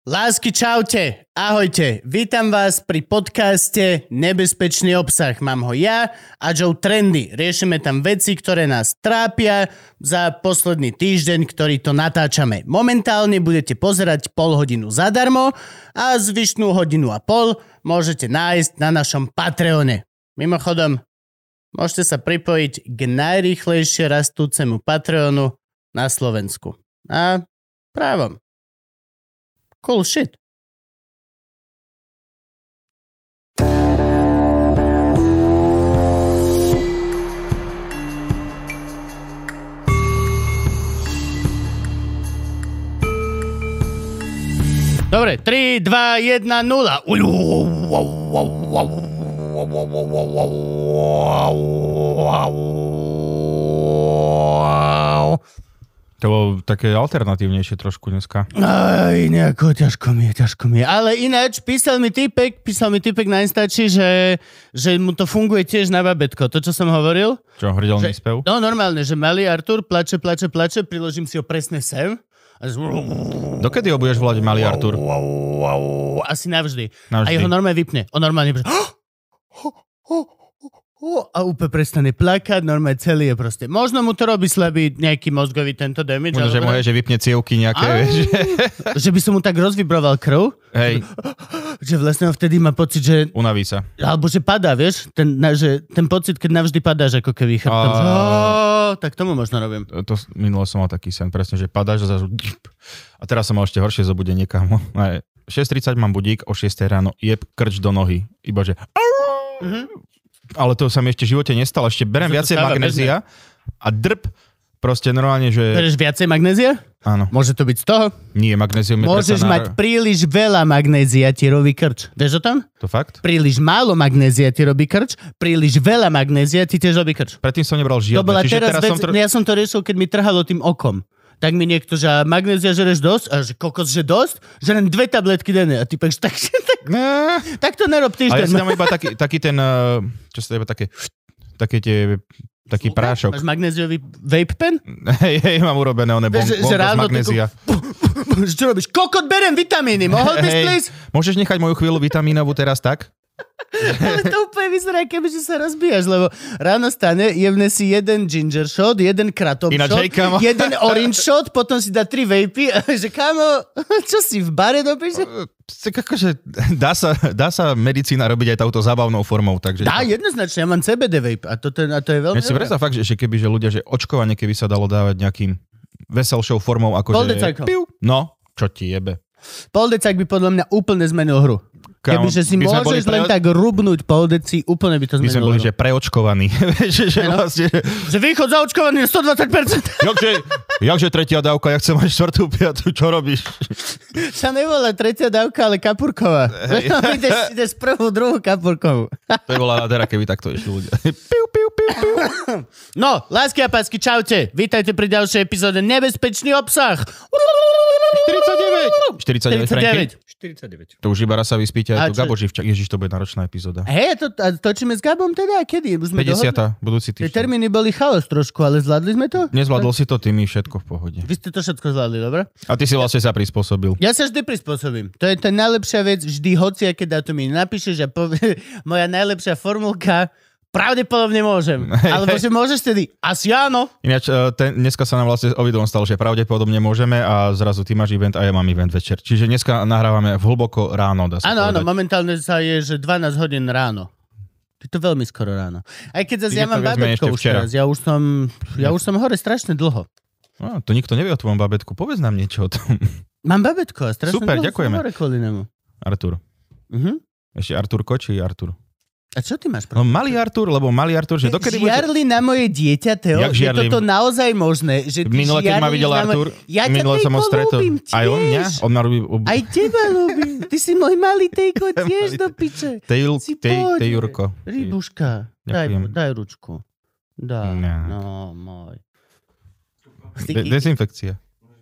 Lásky, čaute, ahojte, vítam vás pri podcaste Nebezpečný obsah. Mám ho ja a Joe Trendy. Riešime tam veci, ktoré nás trápia za posledný týždeň, ktorý to natáčame. Momentálne budete pozerať pol hodinu zadarmo a zvyšnú hodinu a pol môžete nájsť na našom Patreone. Mimochodom, môžete sa pripojiť k najrýchlejšie rastúcemu Patreonu na Slovensku. A právom. Cool shit. Dobre, 3, 2, 1, 0. To bolo také alternatívnejšie trošku dneska. Aj, nejako, ťažko mi je. Ale ináč, písal mi typek na Instači, že mu to funguje tiež na babetko. To, čo som hovoril. Čo, hrdelný spev? No, normálne, že malý Artur plače, priložím si ho presne sem. Dokedy ho budeš volať malý Artur? Asi navždy. A jeho normálne vypne. On normálne a úplne prestane plakať, normálne celý je proste. Možno mu to robí slabý nejaký mozgový tento damage. Možno, že môže, že vypne cievky nejaké, vieš. Že by som mu tak rozvibroval krv. Hej. Že vlastne vtedy má pocit, že... Unaví sa. Alebo že padá, vieš. Ten pocit, keď navždy padáš ako keby chrbtom. Tak tomu možno robím. Minulo som mal taký sen, presne, že padáš a zrazu... A teraz som mal ešte horšie zobudenie, kámo. 6:30 mám budík, o 6 ráno jeb krč do nohy. Iba, že... Ale to sa mi ešte v živote nestalo. Ešte berem viacej magnézia a drb proste normálne, že... Bereš viacej magnézia? Áno. Môže to byť z toho? Nie, magnézium je... Môžeš mať príliš veľa magnézia, ti robí krč. Vieš o tom? To fakt? Príliš málo magnézia ti robí krč, príliš veľa magnézia ti tiež robí krč. Predtým som nebral žiadne. To bola teraz vec, ja som to riešil, keď mi trhalo tým okom. Tak mi niekto, že magnézia žereš dosť, a že kokos, že dosť, že len 2 tabletky denne. A ty pekš, tak to nerob týždeň. Ale ja si dám iba taký ten, čo sa to iba také taký prášok. Máš magnéziový vape pen? Hej, mám urobené one bomba z magnézia. Čo robíš? Kokot, berem vitamíny, mohol bys, please? Môžeš nechať moju chvíľu vitamínovú teraz tak? Ale to úplne vyzerá, kebyže sa rozbíjaš, lebo ráno stane, jebne si jeden ginger shot, jeden kratom shot, jeden orange shot, potom si dá 3 vapey a že kámo, čo si v bare dobíš? Tak akože dá sa medicína robiť aj touto zábavnou formou. Takže dá, jednoznačne, ja mám CBD vape a to je veľmi... Ja si predstav fakt, že keby že ľudia, že očkovanie keby sa dalo dávať nejakým veselšou formou, akože... No, čo ti jebe. Poldecák by podľa mňa úplne zmenil hru. Kebyže si môžeš len tak rubnúť pol deci, úplne by to zmenilo. My sme boli, že preočkovaní. Že východ zaočkovaný na 120%. Jakže tretia dávka, ja chcem mať 4., 5., čo robíš? Sa nevolá tretia dávka, ale kapurková. Ideš prvú, druhú kapurkovú. To je bola nádhera, keby takto išli ľudia. No, lásky a pásky, čaute. Vítajte pri ďalšej epizóde Nebezpečný obsah. 49, Franky? 49. To už iba raz sa vyspíte aj tu Gabo Živčak. Ježiš, to bude náročná epizóda. Hej, točíme s Gabom teda? Kedy? 50. budúci týždeň. Tie termíny boli chaos trošku, ale zvládli sme to? Nezvládol si to ty, my všetko v pohode. Vy ste to všetko zvládli, dobre? A ty si vlastne sa prispôsobil. Ja sa vždy prispôsobím. To je tá najlepšia vec, vždy hociaké dátumy napíšeš a povie, moja najlepšia formulka, pravdepodobne môžem. Alebo že môžeš tedy, asi áno. Ináč, dneska sa nám vlastne obidvom stalo, že pravdepodobne môžeme a zrazu ty máš event a ja mám event večer. Čiže dneska nahrávame hlboko ráno, dá sa povedať. Áno, momentálne sa je, že 12 hodín ráno. Je to veľmi skoro ráno. Aj keď zase ja mám babetko už teraz. Ja už som hore strašne dlho. No, to nikto nevie o tvojom babetku. Povedz nám niečo o tom. Mám babetko a strašne super, dlho ďakujeme. Som hore kvôli nemu. Artur. Ešte Arturko či Artur? A čo ty máš? No malý Artur, že dokedy... Žiarli na moje dieťa, Teo? Je toto naozaj možné? Že minule, keď ma videl Artur, minule som ho stretol. Aj on mňa? On ma robí... Aj teba ľúbim. Ty si môj malý Tejko tiež do piče. Tejurko. Rybuška. Daj ručku. Daj. No, môj. Dezinfekcia.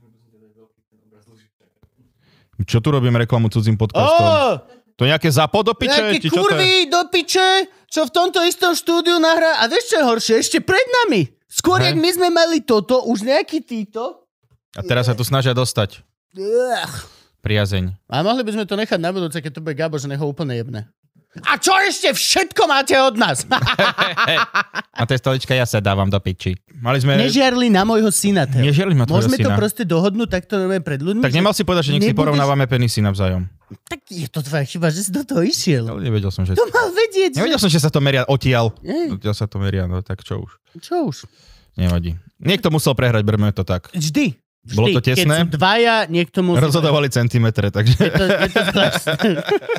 Čo tu robím reklamu cudzím podcastom? To nejaké zápo do piče? Nejaké kurvy do piče, čo v tomto istom štúdiu nahrá. A vieš čo je horšie? Ešte pred nami. Skôr, jak my sme mali toto, už nejaký títo. A teraz sa tu snažia dostať. Priazeň. A mohli by sme to nechať na budúce, keď to bude Gabo, že nech ho úplne jebne. A čo ešte všetko máte od nás? A tej stolička ja sa dávam do piči. Mali sme... Nežiarli na môjho syna. Nežiarli na tvojho Môžeme syna. to proste dohodnúť takto pred ľuďmi? Tak nemal si povedať, že nech si porovnávame penisy navzájom. Tak je to tvoja chyba, že si do toho išiel. No, nevedel som, že... To mal vedieť. Nevedel som, že sa to meria odtiaľ. Ej. Odtiaľ sa to meria, no tak čo už. Čo už? Nevadí. Niekto musel prehrať, berme to tak. Vždy. Bolo to tesné? Keď sú dvaja, niekto musí... Rozhodovali centimetre, takže... Je to zvláštne.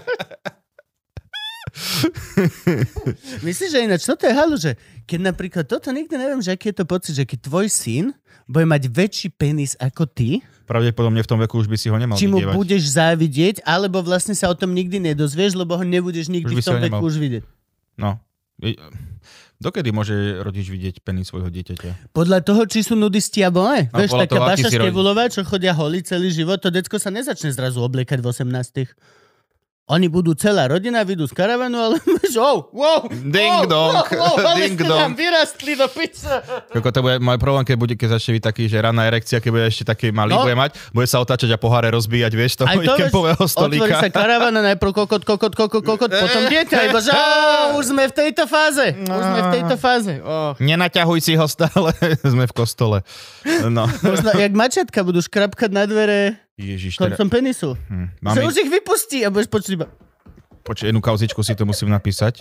Myslíš, že ináč, toto je halu, že keď napríklad toto nikdy neviem, že aký je to pocit, že keď tvoj syn bude mať väčší penis ako ty, pravdepodobne v tom veku už by si ho nemal či mu vidieť. budeš závidieť, alebo vlastne sa o tom nikdy nedozvieš, lebo ho nebudeš nikdy v tom veku už vidieť. No. Dokedy môže rodič vidieť penis svojho dieťaťa? Podľa toho, či sú nudisti alebo ne. No, Vieš, taká Baša aký si Škevulová, čo chodia holí celý život, to decko sa nezačne zrazu obliekať v 18. Oni budú celá rodina, vyjdú z karavanu, ale Ding dong, ale ste nám vyrastli do pizza. To bude môj problém, keď začne byť taký, že ranná erekcia, keď bude ešte taký malý, bude sa otáčať a poháre rozbíjať, vieš, toho kempového stolíka. Otvorí sa karavana, najprv kokot, potom dieťa, iba že už sme v tejto fáze. Nenaťahuj si ho stále, sme v kostole. No. Možno, jak mačiatka budú škrapkať na dvere koncom penisu. Že už ich vypustí a budeš počuť iba... Počuť, jednu kauzičku si to musím napísať.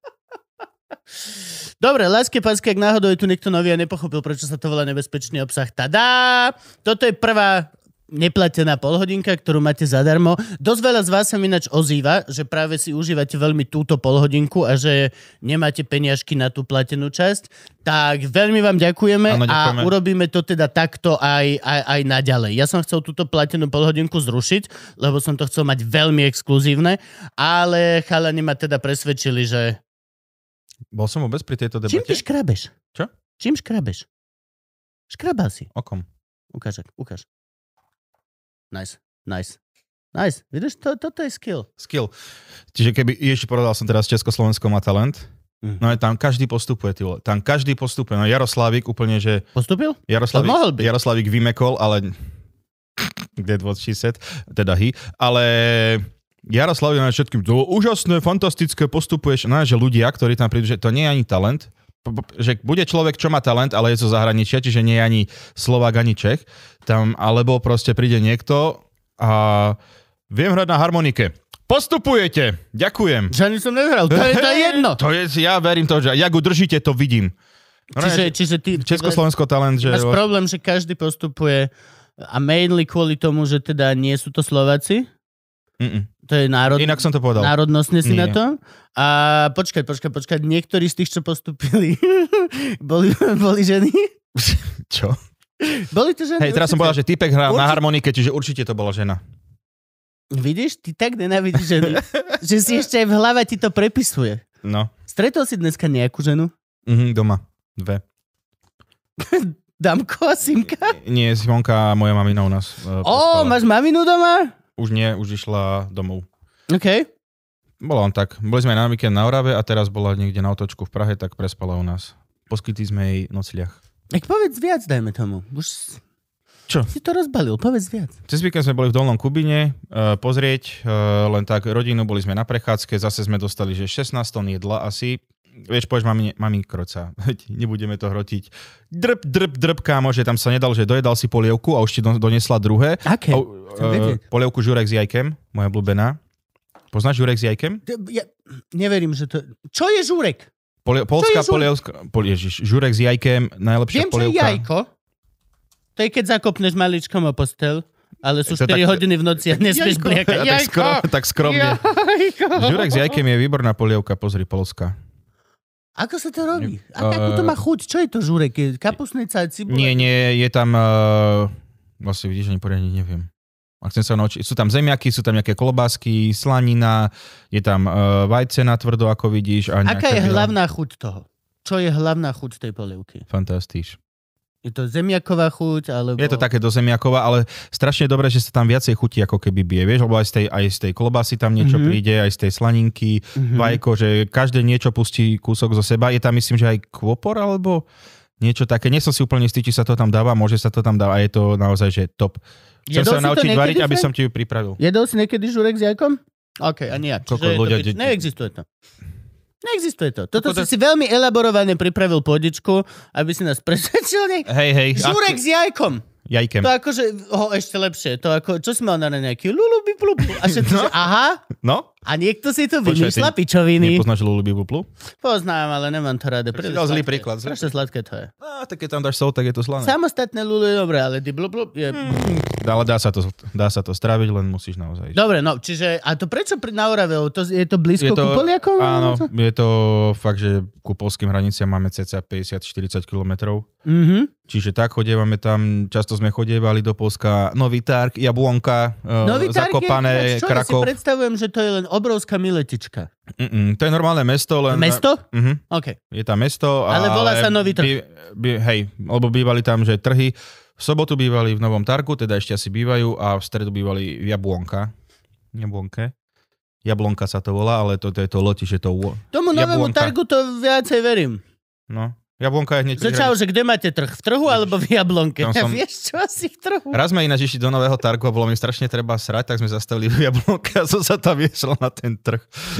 Dobre, láske pásky, ak náhodou je tu niekto nový a nepochopil, prečo sa to volá nebezpečný obsah. Tadá! Toto je prvá neplatená polhodinka, ktorú máte zadarmo. Dosť veľa z vás sa mi ináč ozýva, že práve si užívate veľmi túto polhodinku a že nemáte peniažky na tú platenú časť. Tak veľmi vám ďakujeme. Áno, a urobíme to teda takto aj naďalej. Ja som chcel túto platenú polhodinku zrušiť, lebo som to chcel mať veľmi exkluzívne, ale chalani ma teda presvedčili, že... Bol som vôbec pri tejto debate? Čím ty škrabeš? Čo? Čím škrabeš? Škrabal si. Okom. Ukáž. Nice. Vidíš, toto je skill. Čiže keby, povedal som teraz Československo má talent, no tam každý postupuje, no Jaroslávik úplne, že... Postupil? Jaroslávik vymekol, ale... Dead what she said, teda ale... Jaroslávik na všetkým, to úžasné, fantastické, postupuješ, no že ľudia, ktorí tam prídu, že to nie je ani talent, že bude človek, čo má talent, ale je zo zahraničia, čiže nie je ani Slovák, ani Čech, tam, alebo proste príde niekto a viem hrať na harmonike. Postupujete, ďakujem. Že ani som nehral, to je jedno. Ja verím to, že jak udržíte, to vidím. Čiže ty... Československo talent, že... Máš problém, že každý postupuje a mainly kvôli tomu, že teda nie sú to Slováci? To je Inak som to povedal. Národnostne si na to. A počkaj. Niektorí z tých, čo postupili, boli ženy? Čo? Boli to ženy? Hej, teraz som povedal, že typek hral na harmonike, čiže určite to bola žena. Vidíš, ty tak nenávidíš ženy, že si ešte aj v hlave ti to prepisuje. No. Stretol si dneska nejakú ženu? Doma. 2. Damko a Simka? Nie, Simonka a moja mamina u nás. Máš maminu doma? Už nie, už išla domov. OK. Bola on tak. Boli sme na víkend na Orave a teraz bola niekde na otočku v Prahe, tak prespala u nás. Poskytli sme jej nocliach. Tak povedz viac, dajme tomu. Už... Čo? Si to rozbalil, povedz viac. Cez víkend sme boli v Dolnom Kubine pozrieť, len tak rodinu, boli sme na prechádzke, zase sme dostali, že 16 tón jedla asi. Vieš, povieš, mami kroca, nebudeme to hrotiť. Drb, kámo, že tam sa nedal, že dojedal si polievku a už ti donesla druhé. Aké? Polievku žurek s jajkem, moja obľúbená. Poznáš žurek s jajkem? Ja neverím, že to... Čo je žurek? Polská polievka... Žurek s jajkem, najlepšia polievka. Viem, čo je jajko. To je, keď zakopneš maličkom o postel, ale sú 4 hodiny v noci a nesmieš bliakať. Tak skromne. Žurek s jajkem je výborná polievka, pozri, polská. Ako sa to robí? Akú to má chuť? Čo je to žurek? Kapusnica, cibula? Nie, je tam... Vlastne vidíš, ani poriadne neviem. A chcem sa naučiť. Sú tam zemiaky, sú tam nejaké klobásky, slanina, je tam vajce na tvrdo, ako vidíš. A aká je hlavná chuť toho? Čo je hlavná chuť tej polievky? Fantastíš. Je to zemiaková chuť, alebo... Je to také do zemiaková, ale strašne dobré, že sa tam viacej chutí, ako keby bije, vieš, lebo aj z tej klobásy tam niečo príde, aj z tej slaninky, vajko, že každé niečo pustí kúsok zo seba. Je tam, myslím, že aj kvopor, alebo Niečo také, nie som si úplne istý, či sa to tam dáva, môže sa to tam dávať a je to naozaj, že top. Chcem sa naučiť variť, aby som ti ju pripravil. Jedol si niekedy žurek s jajkom? OK, a nejak. Neexistuje to. Neexistuje to. Toto si veľmi elaborované pripravil pôdičku, aby si nás presvedčil. Hej. Žurek s jajkom. Jajkem. To akože, ešte lepšie. To ako, čo si mal na nejaký lulubiblubu? A všetko, že aha. No? A niekto si to vymýšľa pičoviny. Nepoznáš lulubiblu? Poznám, ale nemám to rád. Prečo dal zlý príklad? Strašne sladké to je. Tak keď tam dáš sol, tak je to slané. Samostatné lulu je dobré, ale blub je... Ale dá sa to stráviť, len musíš naozaj. Dobre, no, čiže, a to prečo na Orave? Je to blízko ku Poliakom? Áno, je to fakt, že ku polským hraniciam máme cca 50-40 kilometrov. Čiže tak chodievame tam, často sme chodievali do Polska, Nový Targ, Jablonka, Zakopané, Krakov. Ja si predstavujem, že to je len obrovská miletička. To je normálne mesto. Len... Mesto? OK. Je tam mesto. Ale volá sa Nový Trh. Hej, lebo bývali tam, že trhy. V sobotu bývali v Novom Targu, teda ešte asi bývajú, a v stredu bývali v Jablonka sa to volá, ale to je to lotiše, to tomu Novému Targu to viacej verím. No. Jablonka je hneď... že kde máte trh? V trhu alebo v Jablonke? Vieš čo, asi v trhu. Raz sme ináč išli do Nového Targu a bolo mi strašne treba srať, tak sme zastavili v Jablonke a som sa tam viešal na ten trh.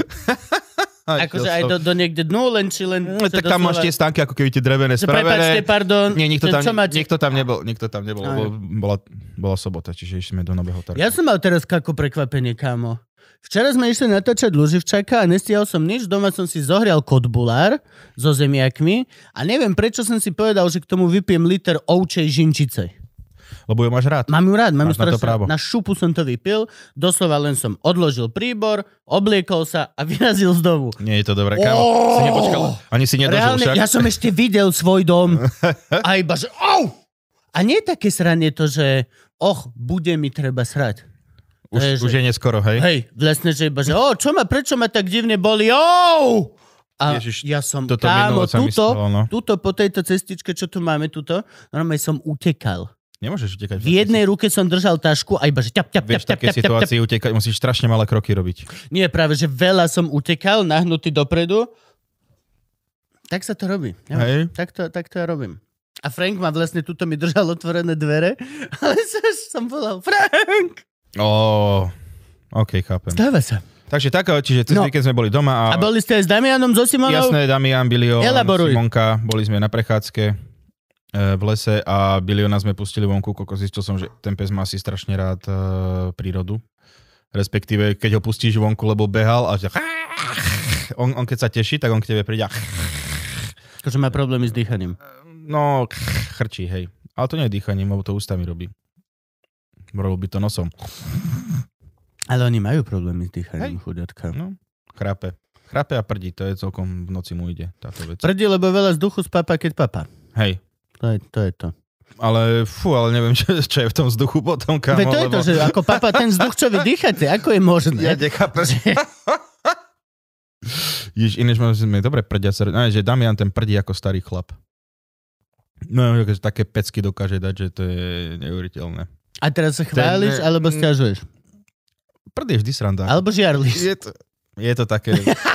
Akože aj do niekde dnu, len či len... tak tam máš tie stánky, ako keby tie drevené spravené. Prepáčte, pardon. Nie, nikto tam nebol, lebo bola sobota, čiže išli sme do Nového Targu. Ja som mal teraz kako prekvapenie, kámo. Včera sme išli natáčať Luživčaka a nestihol som nič, doma som si zohrial kotbulár so zemiakmi a neviem, prečo som si povedal, že k tomu vypijem liter ovčej žinčice. Lebo ju máš rád. Mám ju rád, mám ju strašne. Na šupu som to vypil, doslova len som odložil príbor, obliekol sa a vyrazil z domu. Nie je to dobré, kámo. Si nepočkal, ani si nedožil však. Ja som ešte videl svoj dom a iba, že A nie je také sranie to, že bude mi treba srať. Už je neskoro, hej? Hej, vlastne, že iba, že prečo ma tak divne boli, A Ježiš, ja som, kámo, tuto po tejto cestičke, čo tu máme, normálne som utekal. Nemôžeš utekať. V jednej ruke som držal tašku a iba, že ťap. Vieš, v takej situácii utekať, musíš strašne malé kroky robiť. Nie, práve, že veľa som utekal, nahnutý dopredu. Tak sa to robí. Ja, tak to ja robím. A Frank ma vlastne tuto mi držal otvorené dvere, ale som volal, Frank! OK, chápem. Stáva sa. Takže čiže cez víkend sme boli doma. A boli ste aj s Damianom, so Simonou? Jasné, Damian, Bilio, Simonka, boli sme na prechádzke v lese a Biliona sme pustili vonku, zistil som, že ten pes má si strašne rád prírodu. Respektíve, keď ho pustíš vonku, lebo behal a že on keď sa teší, tak on k tebe príde. Takže má problémy s dýchaním. No, chrčí, hej. Ale to nie je dýchaním, lebo to ústami robí. Robil by to nosom. Ale oni majú problémy s dýchaním, chudiatka. No, chrápe a prdí, to je celkom v noci mu ide táto vec. Prdí, lebo veľa vzduchu spápa, keď papá. Hej. To je to. Ale neviem, čo je v tom vzduchu potom, kámo. To je to, že ako papa ten vzduch, čo vy dýchate, ako je možné? Ja nechápem. Inéž máme dobre prdia sa, že Damian ten prdí ako starý chlap. No, také pecky dokáže dať, že to je neuveriteľné. A teraz sa chváliš, alebo sťažuješ? Prd je vždy sranda. Alebo žiarliš. Je to také...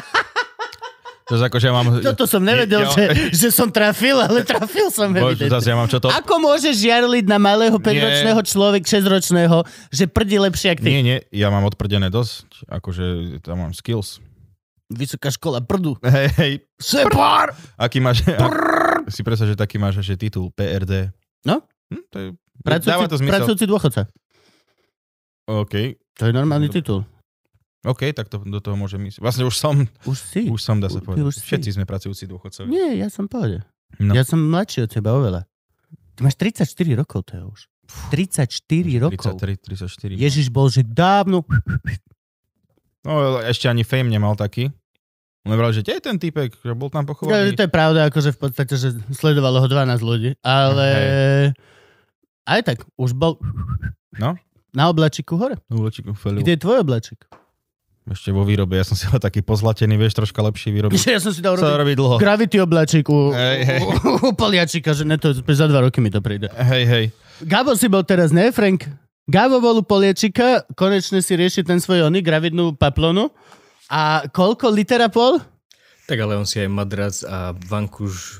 Toto som nevedel, že som trafil, ale trafil som evidentne. Ako môžeš žiarliť na malého 5-ročného človek, 6-ročného, že prdí lepšie jak ty? Nie, ja mám odprdené dosť. Akože tam mám skills. Vysoká škola prdu. Hej. Separ! Aký máš... Si predstav, že taký máš že titul PRD. No? Dáva to zmysel. Pracujúci dôchodca. OK. To je normálny titul. OK, tak to do toho môžem ísť. Vlastne už som, dá sa povedať. Všetci sme pracujúci dôchodcovia. Nie, ja som v pohode. No. Ja som mladší od teba oveľa. Ty máš 34 rokov, to je už. 34 rokov. 34. Ježiš bol, že dávno... No, ešte ani Fame nemal taký. On nebral, že je ten typek, že bol tam pochovaný. To je pravda, akože v podstate, že sledovalo ho 12 ľudí. Ale... Aj tak, už bol... No? Na oblačiku hore. Na oblačiku felil. Kde je tvoj oblačik? Ešte vo výrobe, ja som si ho taký pozlatený, vieš, troška lepší výroby. Ja som si dal robiť dlho. Gravity oblačik u Poliačika, že to za 2 roky mi to príde. Hej. Gabo si bol teraz, ne, Frank? Gabo bol u Poliačika, konečne si rieši ten svoj gravitnú paplonu. A koľko? Litera pol? Tak ale on si aj madrac a vankúš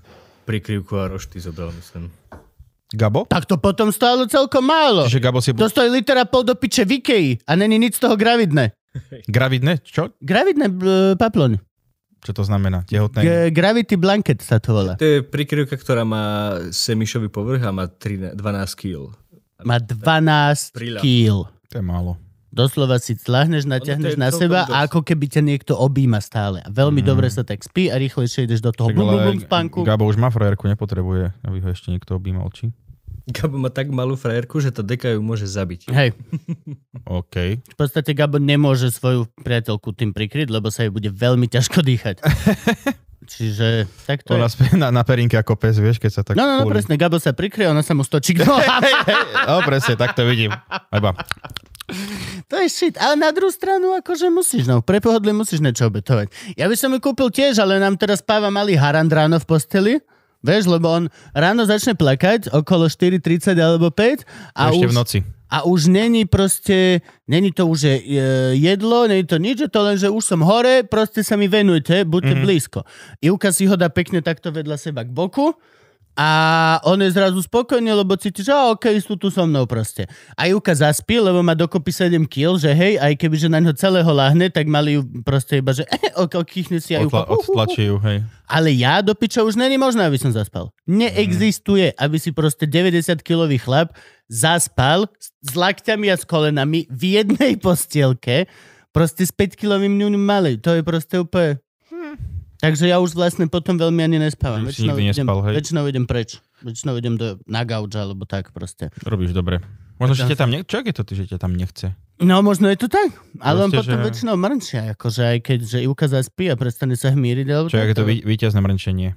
prikryvku a rošty zobral, myslím. Gabo? Tak to potom stálo celkom málo. Čiže Gabo si... To stojí litera pol do piče v Ikei a není nič z toho gravidné. Gravidné? Čo? Gravidné paplony. Čo to znamená? Tehotné? Gravity blanket sa to volá. To je prikryvka, ktorá má semišový povrch a má 12 kg. Má 12 kg. To je málo. Doslova si tlahneš, natiahneš na seba a ako keby ťa niekto objíma stále. A veľmi dobre sa tak spí a rýchlejšie ideš do toho blum spánku. Gabo už má frajerku, nepotrebuje, aby ho ešte niekto objímal, či? Gabo má tak malú frajerku, že tá deka ju môže zabiť. Hej. OK. V podstate Gabo nemôže svoju priateľku tým prikryť, lebo sa jej bude veľmi ťažko dýchať. Čiže tak to ona je. na perinke ako pes, vieš, keď sa tak... No, presne, Gabo sa prikrie, ona sa mu stočí k nohám. No, presne, tak to vidím. Eba. To je shit, ale na druhú stranu akože musíš, pre pohodlie musíš niečo obetovať. Ja by som ju kúpil tiež, ale nám teraz spáva malý harand ráno v posteli, vieš, lebo on ráno začne plakať okolo 4:30 alebo 5 a ešte už, v noci. A už není to už jedlo, není to nič, je to len, že už som hore, proste sa mi venujte, buďte blízko. Ivka si ho dá pekne takto vedľa seba k boku a on je zrazu spokojný, lebo cíti, že okej, sú tu so mnou proste. A Ivka zaspí, lebo má dokopy 7 kg, že hej, aj keby, že na ňo celého láhne, tak mali ju proste iba, že kýchne si a Ivka. Odtlačí ju, hej. Ale ja do piča už není možné, aby som zaspal. Neexistuje, aby si proste 90-kilový chlap zaspal s lakťami a s kolenami v jednej postielke proste s 5-kilovým ňuňom malej. To je proste úplne... Takže ja už vlastne potom veľmi ani nespávam. Väčšinou idem preč. Väčšinou idem na gauč alebo tak proste. Robíš dobre. Možno, že ťa tam nechce. Čo je to, že ťa tam nechce? No, možno je to tak. Ale on proste, potom väčšinou mrnčia. Akože aj keď že Ivka zaspí a prestane sa hmíriť. Čo je to víťazné mrnčenie?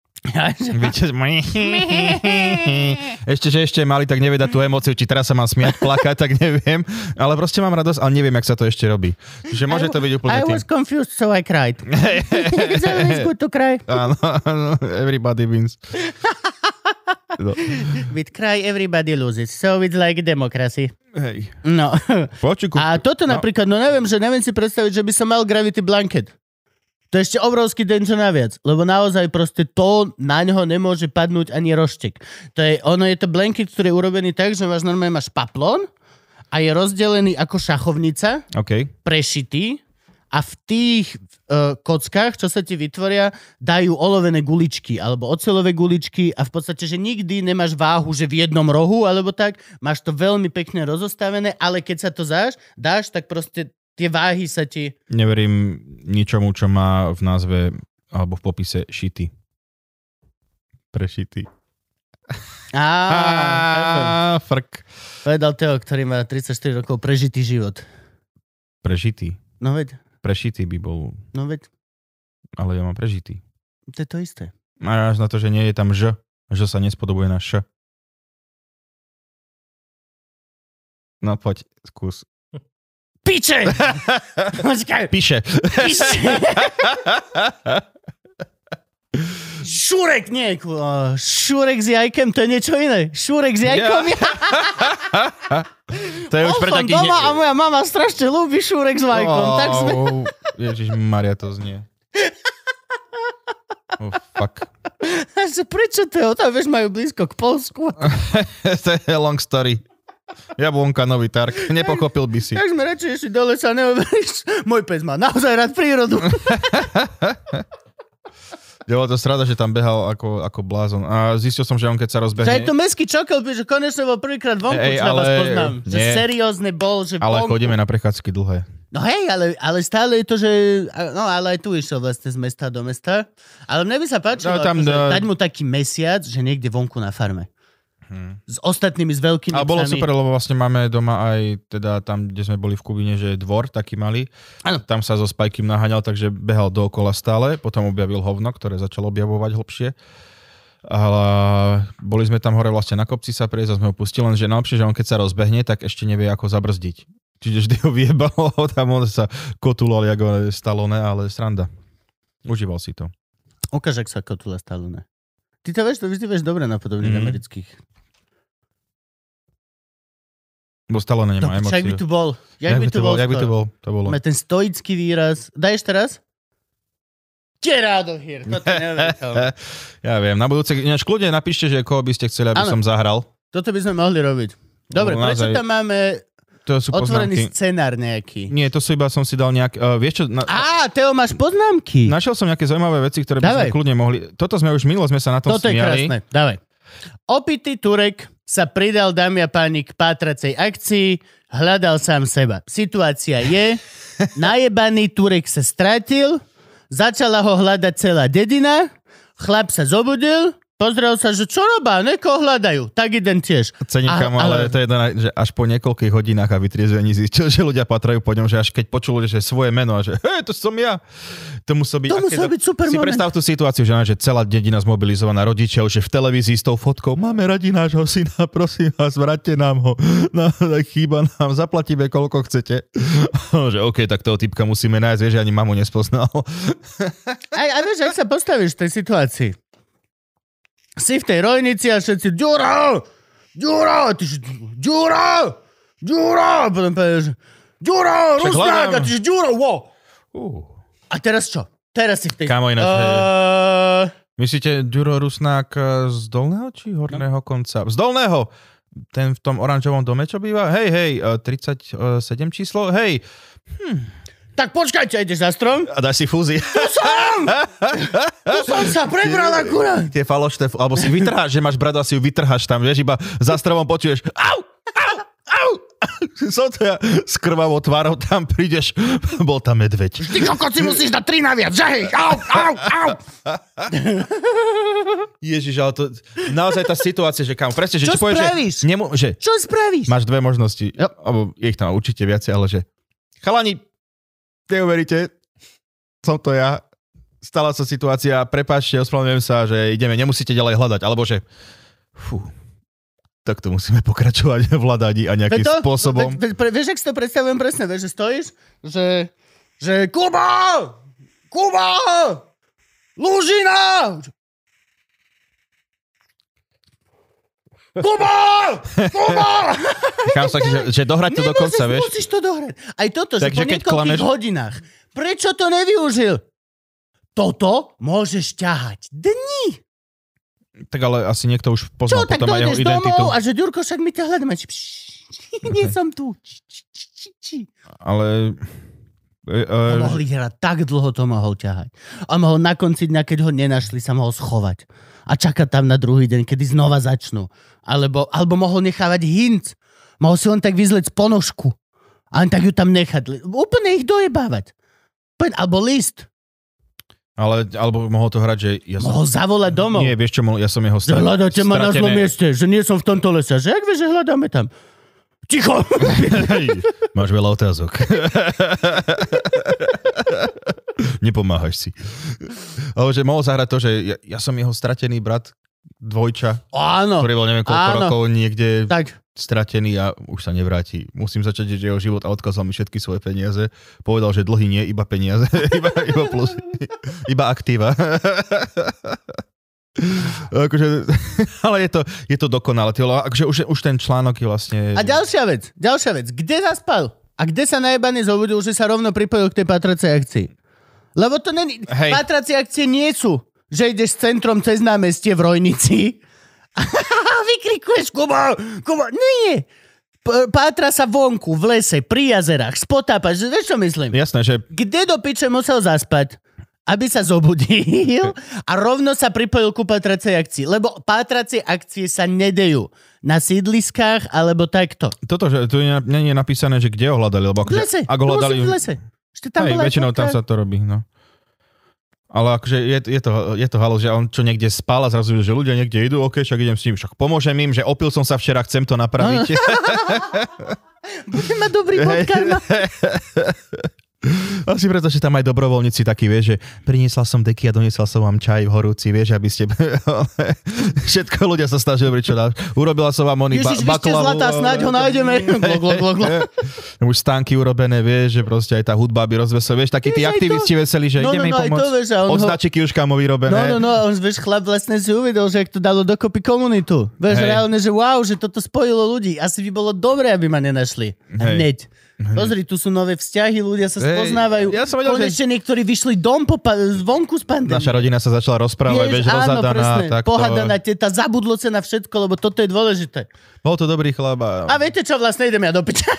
Ešte mali, tak nevie dať tú emóciu, či teraz sa mám smiať, plakať, tak neviem. Ale proste mám radosť, ale neviem, jak sa to ešte robí. Čiže môže to byť úplne I was confused, so I cried. It's always good to cry. Áno, everybody wins. No. With cry everybody loses. So it's like democracy. Hej. No. Počuku. A toto napríklad, neviem si predstaviť, že by som mal gravity blanket. To je ešte obrovský danger naviac, lebo naozaj proste to na ňoho nemôže padnúť ani roštek. Je to blanket, ktorý je urobený tak, že máš paplón a je rozdelený ako šachovnica, prešitý a v tých kockách, čo sa ti vytvoria, dajú olovené guličky alebo oceľové guličky a v podstate, že nikdy nemáš váhu, že v jednom rohu alebo tak, máš to veľmi pekne rozostavené, ale keď sa to dáš, tak proste tie váhy sa ti... Neverím ničomu, čo má v názve alebo v popise šity. Prešity. Frk. Povedal Teo, ktorý má 34 rokov prežitý život. Prežitý? No veď. Prešitý by bol. No veď. Ale ja mám prežitý. To je to isté. A až na to, že nie je tam ž. Ž sa nespodobuje na š. No poď, skús. Piče! Počkaj. Píše. Šurek, nie. Šurek s jajkem, to je niečo iné. Šurek s jajkom. To je už pre takých... doma a moja mama strašne ľúbi šurek s jajkom. Tak sme... Ježišmaria, to znie. Fuck. Prečo to je? Tam vieš, majú blízko k Polsku. To je long story. Jablonka, nový tark. Nepochopil by si. Tak sme radšej išli do lesa, neuveríš. Môj pes má naozaj rád prírodu. Bolo to srada, že tam behal ako blázon. A zistil som, že on keď sa rozbehne... Že je to mestský čokol, že konečne bol prvýkrát vonku, čo na vás poznám. Že seriózne bol, že ale vonku. chodíme na prechádzky dlhé. No hej, ale stále je to, že... No, ale aj tu išiel vlastne z mesta do mesta. Ale mne by sa páčilo, dať mu taký mesiac, že niekde vonku na farme. S ostatnými, s veľkými psami. A bolo super, lebo vlastne máme doma aj teda tam, kde sme boli v Kubine, že dvor taký malý. Ano. Tam sa so Spajkým naháňal, takže behal dookola stále. Potom objavil hovno, ktoré začalo objavovať hlbšie. Ale boli sme tam hore vlastne na kopci sa prejsť a sme ho pustili, lenže najlepšie, že on keď sa rozbehne, tak ešte nevie ako zabrzdiť. Čiže vždy ho vyjebalo, tam on sa kotulal ako Stallone, ale sranda. Užíval si to. Ukáž, ak sa kotula Stallone. Ty to vieš dobre napodobniť amerických. Bo Stallone nemá emóciu. Jak by tu bol? Jak by tu bol? To bolo. Má ten stoický výraz. Daj ešte raz? Get out of here. Toto je neuveriteľné. Ja viem, na budúce, ináč kľudne napíšte, že koho by ste chceli, aby som zahral. Toto by sme mohli robiť. Dobre, prečo tam máme otvorený scenár nejaký? Nie, to som si dal nejak... vieš čo? Teo, máš poznámky. Našiel som nejaké zaujímavé veci, ktoré by sme kľudne mohli... Toto sme už minulo, sme sa na tom smiali. Toto je krásne, dávaj. Opitý Turek sa pridal, dámy a páni, k pátracej akcii, hľadal sám seba. Situácia je, najebaný Turek sa stratil, začala ho hľadať celá dedina, chlap sa zobudil, pozrel sa, že čo robá, niekoho hľadajú, tak idem tiež. Cením, ale to je že až po niekoľkých hodinách a vytriezvení zistil, že ľudia patrajú po ňom, že až keď počul, že svoje meno a že hej, to som ja. To musel byť super moment. Si predstav tú situáciu, že celá dedina zmobilizovaná, rodičia už je v televízii s tou fotkou, máme radi nášho syna, prosím vás, vráťte nám ho, chýba nám, zaplatíme koľko chcete. Že OK, tak toho typka musíme nájsť, vieš, že ani mamu nespoznal. A vieš, ak sa postavíš v tej situácii? Si v tej rojnici a všetci Ďuro! Potom povieš Ďuro, Rusnák! A ty Ďuro, wow! A teraz čo? Teraz si v tej... Kámo, ináč... Myslíte Ďuro Rusnák z dolného či horného konca? Z dolného! Ten v tom oranžovom dome, čo býva? Hej, 37 číslo? Hej! Tak počkajte, ideš za strom? A dáš si fúzi. Tu som sa prebral akurát. Tie falošné, alebo si vytrháš, že máš bradu a si ju vytrháš tam, vieš, iba za stromom počuješ au. Som to ja s krvavou tvárou tam prídeš, bol tam medveď. Ty kokoci musíš dať 3 naviac, žahej, au. Ježiš, ale to naozaj tá situácia, že kam, presne, že čo spravíš? Čo spravíš? Máš dve možnosti, alebo je ich tam určite viacej, ale že chalani, neuveríte, som to ja, stala sa situácia, prepáčte, ospravedlňujem sa, že ideme, nemusíte ďalej hľadať, alebo že tak to musíme pokračovať v hľadaní a nejakým spôsobom. Vieš, ak si to predstavujem presne, vieš, že stojíš, že Kuba! Lužina! Kuba! Kam sa, že dohrať to do konca, vieš? Musíš to dohrať. Aj toto, takže že po niekoľkých hodinách. Prečo to nevyužil? Toto môžeš ťahať dni. Tak ale asi niekto už poznal potom aj jeho identitu. Čo, tak dojdeš domov a že Ďurko, však mi ťa hľadáme. Nie som tu. Ale... A mohli hrať, tak dlho to mohol ťahať. A mohol na konci dňa, keď ho nenašli, sa mohol schovať. A čakať tam na druhý deň, kedy znova začnú. Alebo mohol nechávať hint. Mohol si len tak vyzleť z ponožku. A len tak ju tam nechať. Úplne ich dojebávať. Alebo list. Alebo mohol to hrať, že... Mohol zavolať domov. Nie, vieš čo, ja som jeho stratené... Hľadáte ma na zlom mieste, že nie som v tomto lese. Že jak vieš, že hľadáme tam? Ticho! Máš veľa otázok. Nepomáhaš si. Ale že mohol zahrať to, že ja som jeho stratený brat, dvojča, áno, ktorý bol neviem koľko rokov niekde tak stratený a už sa nevráti. Musím začať žiť jeho život a odkázal mi všetky svoje peniaze. Povedal, že dlhy nie, iba peniaze. iba plus. Iba aktíva. Akože, ale je to dokonalé. Akože už ten článok je vlastne... A ďalšia vec. Kde zaspal? A kde sa najebaný zobudil, že sa rovno pripojil k tej patracej akcii? Lebo to není... Patracie akcie nie sú, že ideš s centrom cez námestie v Rojnici a vykrikuješ Kuba! Nie! Pátra sa vonku, v lese, pri jazerách, spotápaš, vieš čo myslím? Jasné, že... Kde do piče musel zaspať, aby sa zobudil a rovno sa pripojil ku patracej akcii? Lebo patracie akcie sa nedejú na sídliskách alebo takto. Toto, že tu nie je napísané, že kde ho hľadali, lebo akože, v lese, ak ho hľadali... v lese. Väčšinou tam sa to robí, no. Ale akože je to halo, že on čo niekde spal a zrazu, že ľudia niekde idú, ok, však idem s ním, však pomôžem im, že opil som sa včera, chcem to napraviť. Budem mať dobrý podkarma. Asi preto, že tam aj dobrovoľníci takí, vieš, že priniesla som deky a doniesla som vám čaj horúci, vieš, aby ste... Všetko ľudia sa snažili, čo dáš. Urobila som vám oný baklavu. Ježiš, vy ste zlatá, snáď ho nájdeme. Už stánky urobené, vieš, že proste aj tá hudba by rozvesol, vieš, takí tí aktivisti veselí, že ideme im pomôcť. Odznačiky už kámo vyrobené. No, on, vieš, chlap vlastne si uvedol, že ak to dalo dokopy komunitu. Vieš, reálne, že wow, že toto spojilo ľudí. Asi by bolo dobré, aby ma nenašli. Hneď. Pozri, tu sú nové vzťahy, ľudia sa spoznávajú. Ja som vedel, konečne niektorí vyšli zvonku z pandémie. Naša rodina sa začala rozprávať, vieš, rozhadaná. Áno, pohadaná teta, zabudlo sa na všetko, lebo toto je dôležité. Bol to dobrý chlap. A viete čo, vlastne idem ja do piča.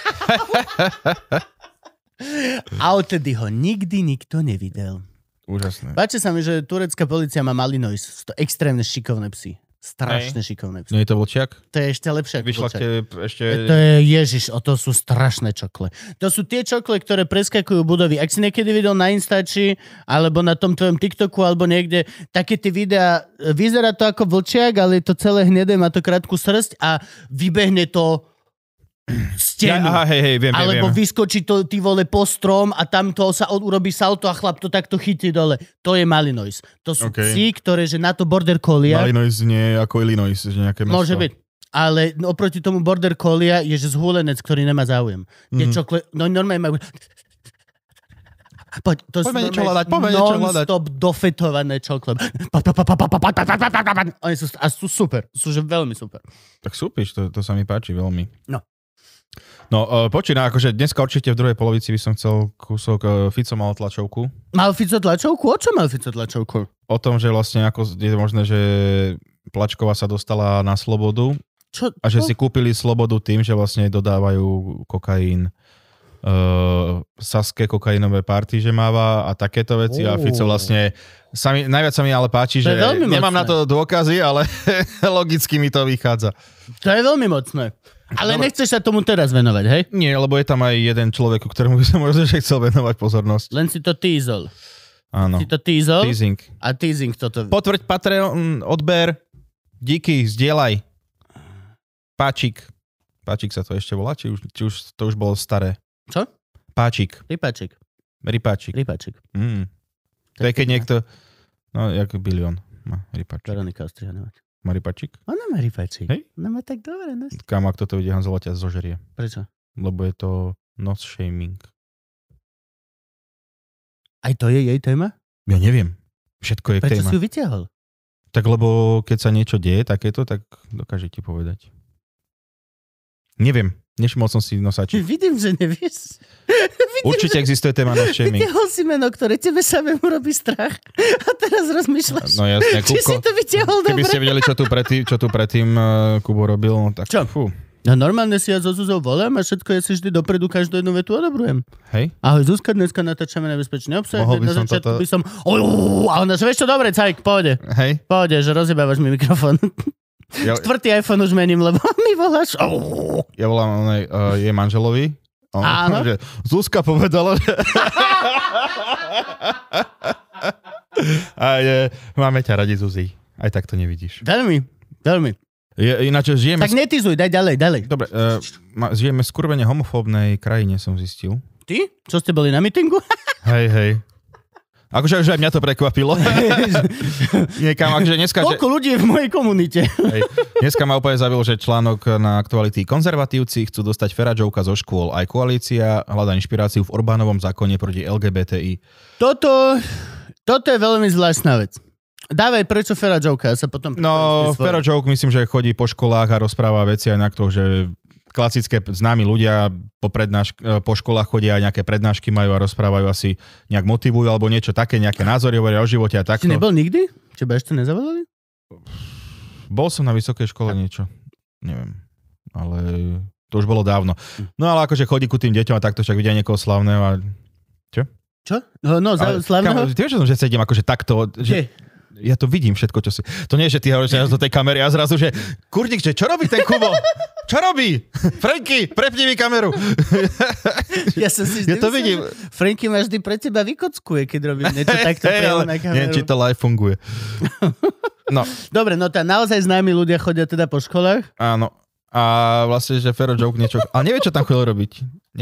A odtedy ho nikdy nikto nevidel. Úžasné. Páči sa mi, že turecká polícia má Malinois. To extrémne šikovné psy. Strašne šikovné psy. Nie je to vlčiak? To je ešte lepšie ako vlčiak. Ešte... To je, Ježiš, to sú strašné čokle. To sú tie čokle, ktoré preskakujú budovy. Ak si niekedy videl na Instači, alebo na tom tvojom TikToku, alebo niekde, také tie videá, vyzerá to ako vlčiak, ale je to celé hnedé, má to krátku srst a vybehne to stenu. Viem. Alebo vyskočí to, ty vole, po strom a tam to sa urobí salto a chlap to takto chytí dole. To je Malinois. To sú psi, ktoré, že na to border collie. Malinois nie ako Illinois, že nejaké mesto. Môže byť. Ale oproti tomu border collie je, že zhúlenec, ktorý nemá záujem. Čokle, no normálne majú... Poďme niečo hľadať. Non-stop dofetované čokle. Oni sú super. Sú že veľmi super. Tak súpiš, to sa mi páči veľmi. No, počína, akože dneska určite v druhej polovici by som chcel kúsok. Fico mal tlačovku. Mal Fico tlačovku? O čo mal Fico tlačovku? O tom, že vlastne ako je možné, že Plačková sa dostala na slobodu. Čo? A že si kúpili slobodu tým, že vlastne dodávajú kokain Saske kokainové party, že máva a takéto veci a Fico vlastne najviac sa mi ale páči, že nemám na to dôkazy, ale logicky mi to vychádza. To je veľmi mocné. Ale nechceš sa tomu teraz venovať, hej? Nie, lebo je tam aj jeden človek, ktorému by som možno chcel venovať pozornosť. Len si to teasol. Áno. Si to teasol? Teasing. A teasing toto... Potvrď Patreon, odber, díky, zdieľaj. Páčik sa to ešte volá? Či už to už bolo staré? Čo? Páčik. Rypáčik. To je keď niekto... No, jak bilión. Má rypáčik. Veronika Ostrihanová. Má rypáčik? Ona má rypáčik. Hej? Ona má tak dobre nos. Kámo, ak toto vidie Hanzola, ťa zožerie. Prečo? Lebo je to nos shaming. Aj to je jej téma? Ja neviem. Všetko je Prečo téma. si ju vytiahol? Tak lebo keď sa niečo deje takéto, tak dokáže ti povedať. Neviem. Nevšimol som si nosačík. Vidím, že nevieš. Určite existuje téma nos shaming. Vytiahol si meno, ktoré tebe samému robí strach. A teraz rozmýšľaš. No jasne, Či si to vytiahol dobre. Keby ste vedeli, čo tu predtým Kubo robil, no tak čo? Fú. No normálne si ja so Zuzou volám a všetko ja si vždy dopredu každú jednu vetu odobrujem. Hej. Ahoj Zuzka, dneska natáčame nebezpečný obsah. Mohol by na som začiatku toto... by som... A ona, že vieš čo, dobre, cajk, pohode. Hej. Pohode, že rozjebávaš mi mikrofón. Štvrtý iPhone už mením, lebo mi voláš. Ja volám jej manželovi. Áno. Že Zuzka povedala, že... Máme ťa radi, Zuzi. Aj tak to nevidíš. Veľmi. Ináč žijeme... Tak netizuj, daj ďalej. Dobre, žijeme v skurvene homofóbnej krajine, som zistil. Ty? Čo ste boli na mítingu? Hej. Akože už aj mňa to prekvapilo. Niekam, akože dneska... Koľko ľudí je v mojej komunite? Hej. Dneska ma úplne zavil, že článok na Aktuality. Konzervatívci chcú dostať Feradžovka zo škôl. Aj koalícia hľadá inšpiráciu v Orbánovom zákone proti LGBTI. Toto je veľmi zvláštna vec. Dávaj, prečo Feradžovka? Ja sa potom... No, Feradžovk myslím, že chodí po školách a rozpráva veci aj na to, že klasické známi ľudia po školách chodia aj nejaké prednášky majú a rozprávajú asi nejak motivujú alebo niečo také, nejaké názory hovoria o živote a takto. Si nebol nikdy? Teba ešte nezavolali? Bol som na vysokej škole niečo. Neviem. Ale to už bolo dávno. No ale akože chodí ku tým deťom a takto však vidia niekoho slavného a... Čo? No, slavného? Ty vieš, že sedím akože takto... Že... Ja to vidím všetko, čo si... To nie je, že ty hovoríš do tej kamery a zrazu, že kurník, že čo robí ten Kubo? Čo robí? Franky, prepni mi kameru. Ja to vidím. Franky ma vždy pre teba vykockuje, keď robím niečo takto priamo na kameru. Neviem, či to live funguje. No. Dobre, no tá naozaj známi ľudia chodia teda po školách? Áno. A vlastne, že Fero Joke niečo... Ale neviem, čo tam chodil robiť.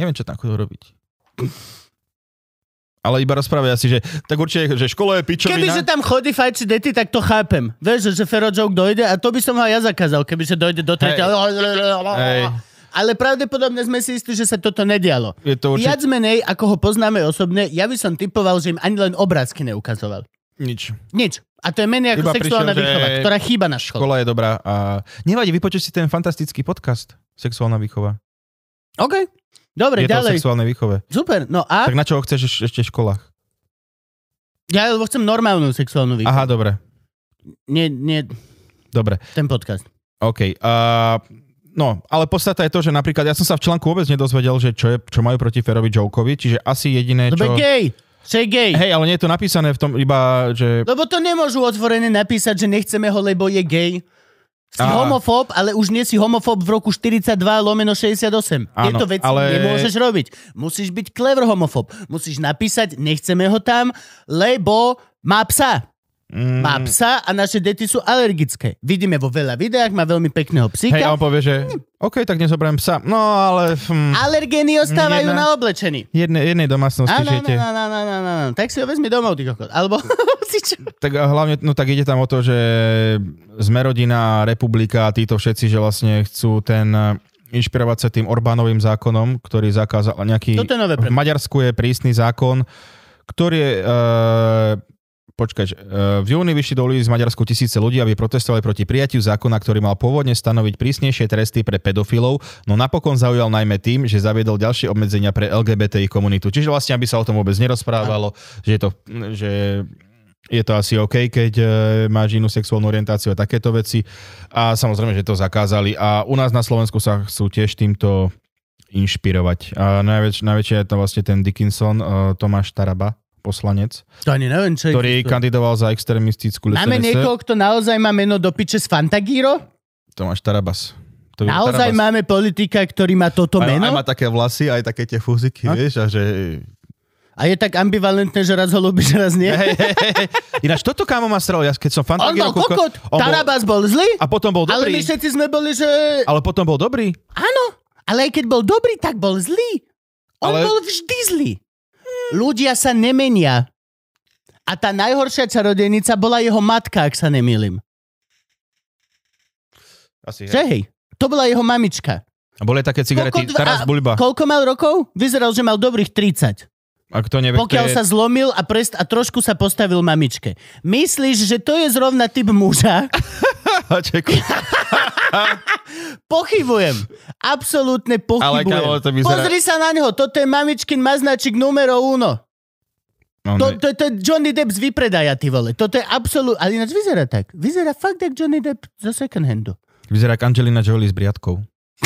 Ale iba rozprávajú asi, že tak určite, že škola je pičovina. Kebyže tam chodí fajči deti, tak to chápem. Vieš, že Fero Joke dojde a to by som ho ja zakázal, kebyže dojde do tretia. Ale pravdepodobne sme si istí, že sa toto nedialo. Viac menej, ako ho poznáme osobne, ja by som typoval, že im ani len obrázky neukazoval. Nič. A to je menej ako sexuálna výchova, ktorá chýba na škole. Škola je dobrá a nevadí, vypočuj si ten fantastický podcast Sexuálna výchova. OK. Dobre, Je to o ďalej. sexuálnej výchove. Super, no a? Tak na čo ho chceš ešte v školách? Ja chcem normálnu sexuálnu výchovu. Aha, dobre. Nie, Dobre. ten podcast. OK. No, ale podstata je to, že napríklad ja som sa v článku vôbec nedozvedel, že čo majú proti Ferovi Jokeovi, čiže asi jediné, čo... Dobre, gej! Čo je gej? Hej, ale nie je to napísané v tom iba, že... Lebo to nemôžu otvorene napísať, že nechceme ho, lebo je gej. Si homofób, ale už nie si homofób v roku 42/68. Tieto veci nemôžeš robiť. Musíš byť clever homofób. Musíš napísať, nechceme ho tam, lebo má psa. Má psa a naše deti sú alergické. Vidíme vo veľa videách, má veľmi pekného psíka. Hej, a on povie, že OK, tak nezoberiem psa. No, ale... Alergény ostávajú na oblečení. Jednej domácnosti žijete. Tak si ho vezmi domov, ty kokot. Alebo si čo? Tak hlavne, no tak ide tam o to, že sme rodina, republika a títo všetci, že vlastne chcú inšpirovať sa tým Orbánovým zákonom, ktorý zakázal nejaký... Toto je nové v Maďarsku je prísny zákon, ktorý je... v júni vyšli do ulic z Maďarsku tisíce ľudí, aby protestovali proti prijatiu zákona, ktorý mal pôvodne stanoviť prísnejšie tresty pre pedofilov, no napokon zaujal najmä tým, že zaviedol ďalšie obmedzenia pre LGBTI komunitu. Čiže vlastne, aby sa o tom vôbec nerozprávalo, že je to asi OK, keď máš inú sexuálnu orientáciu a takéto veci. A samozrejme, že to zakázali. A u nás na Slovensku sa chcú tiež týmto inšpirovať. A najväčšie je to vlastne ten Dickinson, Tomáš Taraba, poslanec, to ani neviem, čo ktorý kandidoval za extrémistickú SNS. Máme niekoho, kto naozaj má meno do piče z Fantagíro? Tomáš Tarabas. Naozaj máme politika, ktorý má toto meno? Aj má také vlasy, aj také tie fúziky, vieš, a že... A je tak ambivalentné, že raz ho ľúbiš, raz nie? Ináč toto kámo ma strel, ja keď som Fantagíro... On bol kokot, Tarabas bol zlý? A potom bol dobrý. Ale my všetci sme boli, že... Ale potom bol dobrý. Áno, ale aj keď bol dobrý, tak bol zlý. On bol vždy zlý. Ľudia sa nemenia. A tá najhoršia čarodejnica bola jeho matka, ak sa nemýlim. Asi hej. To bola jeho mamička. A boli také cigarety. Taras Buľba. Koľko mal rokov? Vyzeral, že mal dobrých 30. A kto nevie, pokiaľ sa zlomil a trošku sa postavil mamičke. Myslíš, že to je zrovna typ muža? Pochybujem. Absolútne pochybujem. Pozri sa na neho. Toto je mamičkin maznačik numero 1. To je Johnny Depp z vypredaja, ty vole. Toto je absolútne... Ale ináč vyzerá tak. Vyzerá fakt jak Johnny Depp zo second handu. Vyzerá jak Angelina Jolie s briadkou.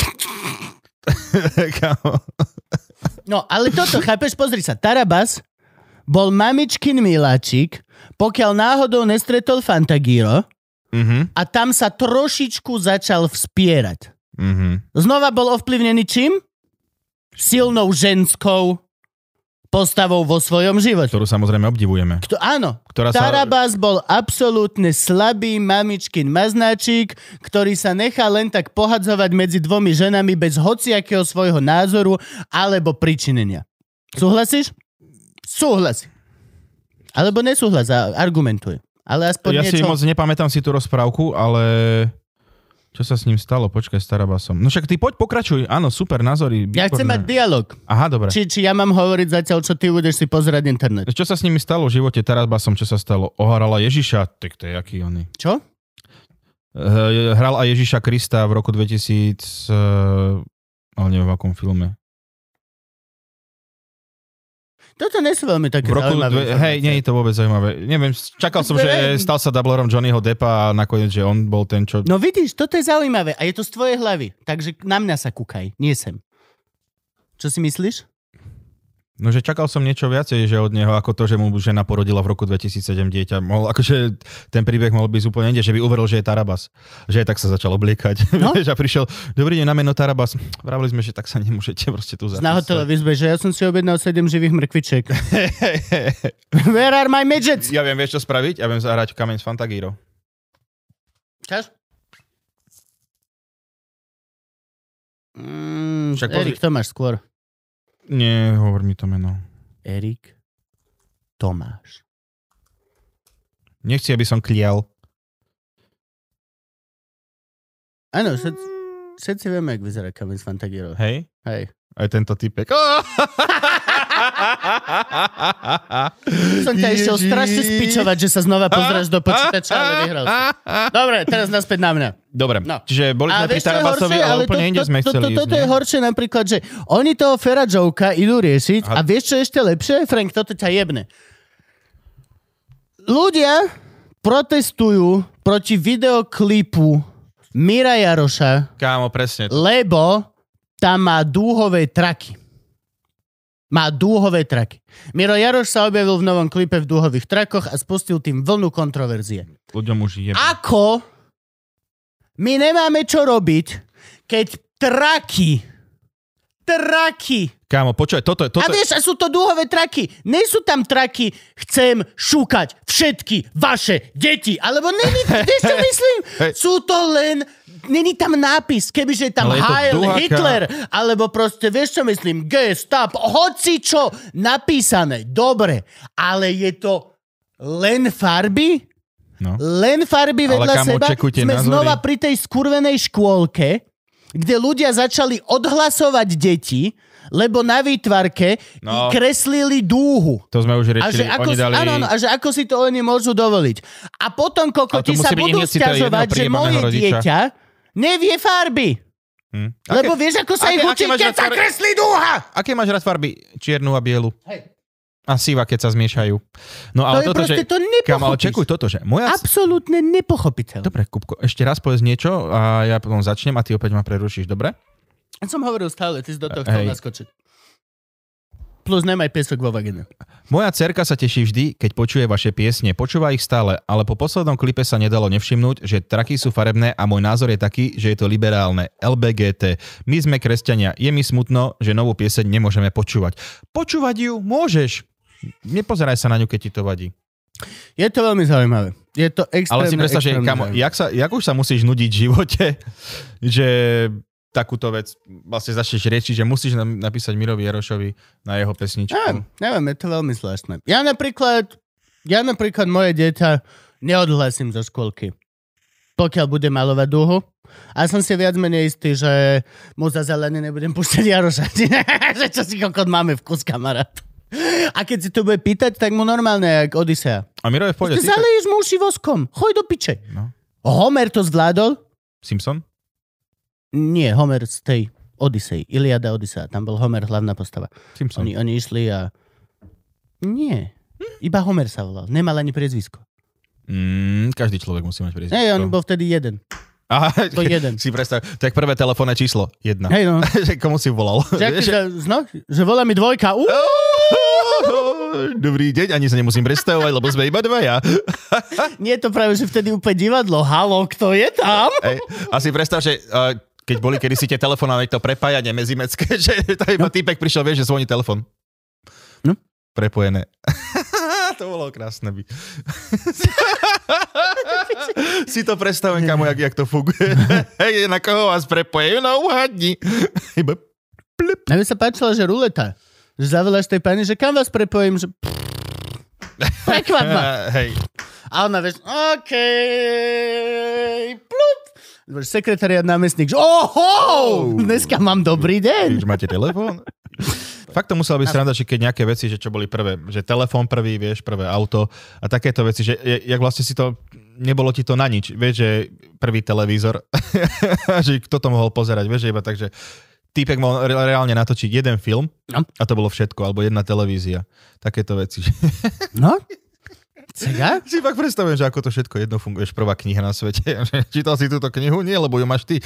No, ale toto, chápeš? Pozri sa. Tarabas bol mamičkin miláčik, pokiaľ náhodou nestretol Fantagíro a tam sa trošičku začal vspierať. Znova bol ovplyvnený čím? Silnou ženskou postavou vo svojom živote. Ktorú samozrejme obdivujeme. Áno. Tarabas bol absolútne slabý mamičkin maznáčik, ktorý sa nechá len tak pohadzovať medzi dvomi ženami bez hociakého svojho názoru alebo pričinenia. Súhlasíš? Súhlasí. Alebo nesúhlas a argumentuje. Ale aspoň ja niečo... si moc nepamätám si tú rozprávku, ale... Čo sa s ním stalo? Počkaj, s Tarabasom. No však ty poď, pokračuj. Áno, super, názory. Výborné. Ja chcem mať dialog. Aha, dobre. Či ja mám hovoriť zatiaľ, čo ty budeš si pozerať internet. Čo sa s nimi stalo v živote Tarabasom? Čo sa stalo? Ohrala Ježiša. Tak to je jaký oný. Čo? Hral aj Ježiša Krista v roku 2000... ale neviem v akom filme. Toto nie sú veľmi také zaujímavé. Hej, nie je to vôbec zaujímavé. Neviem, čakal som, že stal sa doublerom Johnnyho Deppa a nakoniec, že on bol ten, čo... No vidíš, toto je zaujímavé a je to z tvojej hlavy. Takže na mňa sa kúkaj, nie sem. Čo si myslíš? No, že čakal som niečo viacej, že od neho, ako to, že mu žena porodila v roku 2007 dieťa. Akože ten príbeh mohol byť úplne inde, že by uveril, že je Tarabas. Že tak sa začal obliekať. No? A prišiel, dobrý deň, na meno Tarabas. Vravili sme, že tak sa nemôžete proste tu zapísať. Na hotele výzbe, že ja som si objednal 7 živých mrkvičiek. Where are my midgets? Ja viem, vieš čo spraviť? Ja viem zahrať kameň z Fantagíro. Čas? Erik Tomáš skôr. Nie, hovor mi to meno. Erik Tomáš. Nechci, aby som klial. Áno, všetci vieme, jak vyzerá kameň z Fantagírov. Hej? Hej. Aj tento typek. Som ťa išiel strašne spičovať, že sa znova pozrieš do počítača, ale vyhral si. Dobre, teraz naspäť na mňa. Dobre, čiže boli sme pri Tarabasovi, ale úplne inde sme chceli ísť. Toto je horšie napríklad, že oni toho Fera Joka idú riešiť a vieš, čo je ešte lepšie? Frank, toto ťa jebne. Ľudia protestujú proti videoklipu Mira Jaroša. Kámo, presne. Lebo tam má dúhové traky. Miro Jaroš sa objavil v novom klipe v dúhových trakoch a spustil tým vlnu kontroverzie. Ľuďom už jebe. Ako my nemáme čo robiť, keď traky. Kámo, počúvaj, toto... A vieš, a sú to dúhové traky. Nie sú tam traky, chcem šúkať všetky vaše deti. Alebo vieš, čo myslím? Sú to len... Není tam nápis, kebyže je tam Heil Hitler, alebo proste, vieš, čo myslím? Gestapo, hoci čo napísané. Dobre, ale je to len farby? No. Len farby vedľa seba? Sme znova pri tej skurvenej škôlke, kde ľudia začali odhlasovať deti, lebo na výtvarke kreslili dúhu. To sme už riešili. A že ako si to oni môžu dovoliť. A potom, ti sa budú sťažovať, že moje dieťa nevie farby. Lebo vieš, ako sa ich učí, keď sa kreslí dúha. Aké máš rád farby? Čiernu a bielu. Hej. A siva, keď sa zmiešajú. No ale to toto, je proste, že... to nepochopíš. Kam, ale čekuj toto, že... Absolútne nepochopiteľné. Dobre, Kupko, ešte raz povedz niečo a ja potom začnem a ty opäť ma prerušíš, dobre? Ja som hovoril stále, ty si do toho chcel naskočiť. Plus nemaj piesok vo vagine. Moja dcerka sa teší vždy, keď počuje vaše piesne. Počúva ich stále, ale po poslednom klipe sa nedalo nevšimnúť, že traky sú farebné a môj názor je taký, že je to liberálne. LBGT. My sme kresťania. Je mi smutno, že novú pieseň nemôžeme počúvať. Počúvať ju môžeš. Nepozeraj sa na ňu, keď ti to vadí. Je to veľmi zaujímavé. Je to extrémne. Ale si predstav, že jak už sa musíš nudiť v živote, že takúto vec vlastne začneš riečiť, že musíš napísať Mirovi Jarošovi na jeho pesničku. Neviem, je to veľmi zvláštne. Ja napríklad moje dieťa neodhlasím zo škôlky, pokiaľ bude malovať dúhu. A som si viac menej istý, že mu za zelený nebudem púšťať Jaroša. Že čo si kokot máme v kus, kamarát. A keď si to bude pýtať, tak mu normálne jak Odisea. A Miro je v pohode. Ty zaleješ mu uši voskom. Choj do piče. No. Homer to zvládol? Simpson? Nie, Homer z tej Odisei. Iliada Odisea. Tam bol Homer hlavná postava. Simpson. Oni išli a... Nie. Iba Homer sa volal. Nemal ani priezvisko. Každý človek musí mať priezvisko. Nie, on bol vtedy jeden. Aha, to jeden. Si predstav, to je prvé telefónne číslo. 1. Hej no. Komu si volal? Že volá mi 2. Dobrý deň, ani sa nemusím predstavovať, lebo sme iba 2. Nie je to práve, že vtedy úplne divadlo. Haló, kto je tam? A si predstav, že keď boli kedysi tie telefóny, to prepájanie medzimecké, že iba týpek prišiel, vieš, že zvoní telefón. No. Prepojené. To bolo krásne. Si to predstavujem, kamo, jak to funguje. Hej, na koho vás prepoje? No, uhadni. Iba plip. A mi sa páčila, že ruleta. Že zavoláš tej pani, že kam vás prepojím, že... Prekvap ma. Hej. A ona vieš, plup. Sekretariat námestník, že dneska mám dobrý deň. Už máte telefón? Fakt to muselo byť sranda, že keď nejaké veci, že čo boli prvé, že telefón prvý, vieš, prvé auto a takéto veci, že jak vlastne si to, nebolo ti to na nič, vieš, že prvý televízor, že kto to mohol pozerať, vieš, že iba tak, že týpek mohol reálne natočiť jeden film a to bolo všetko, alebo jedna televízia, takéto veci. No? Cega? Si fakt predstavujem, že ako to všetko jedno funguje, prvá kniha na svete. Čítal si túto knihu? Nie, lebo ju máš ty.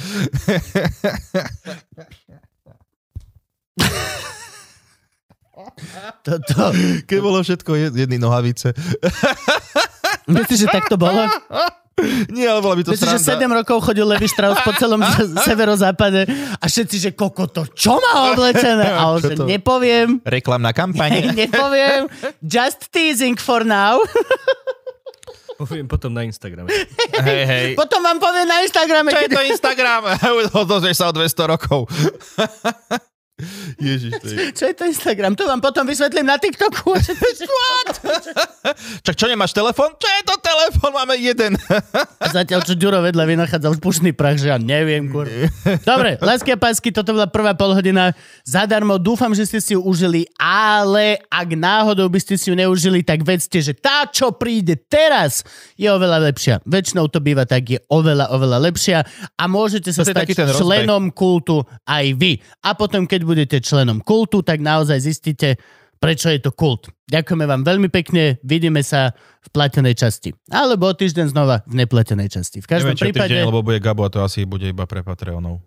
Toto. Keď bolo všetko jedny nohavice. Myslíš, že tak to bolo? Nie, ale bola by to myslíš, sranda. že 7 rokov chodil Levi Strauss po celom severozápade a všetci, že koko to, čo má oblečené? A on, že nepoviem. Reklamná kampaň. Nepoviem. Just teasing for now. Poviem potom na Instagrame. Hej. Potom vám poviem na Instagrame. Čo je to Instagram? Odozrieš sa o 200 rokov. Ježiš, to je... Čo je to Instagram? To vám potom vysvetlím na TikToku. What? Čak čo, nemáš telefón? Čo je to telefón? Máme jeden. A zatiaľ, čo Ďuro vedľa vynachádzal pušný prach, že ja neviem, kurva. Dobre, lásky a pásky, toto bola prvá polhodina zadarmo. Dúfam, že ste si ju užili, ale ak náhodou by ste si ju neužili, tak vedzte, že tá, čo príde teraz, je oveľa lepšia. Väčšinou to býva tak, je oveľa lepšia a môžete sa stať členom kultu aj vy. A potom, keď budete členom kultu, tak naozaj zistíte, prečo je to kult. Ďakujeme vám veľmi pekne, vidíme sa v platenej časti. Alebo o týždeň znova v neplatenej časti. V každom prípade... Týždeň, lebo bude Gabo a to asi bude iba pre Patreonov.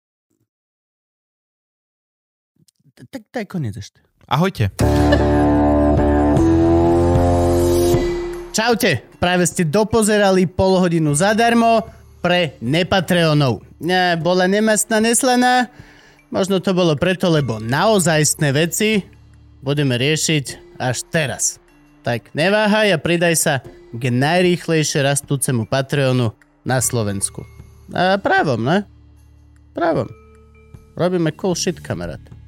Tak daj koniec ešte. Ahojte. Čaute, práve ste dopozerali polhodinu zadarmo pre nepatreonov. Bola nemastná neslaná? Možno to bolo preto, lebo naozajstné veci budeme riešiť až teraz. Tak neváhaj a pridaj sa k najrýchlejšie rastúcemu Patreonu na Slovensku. A právom, ne? Právom. Robíme cool shit, kamarát.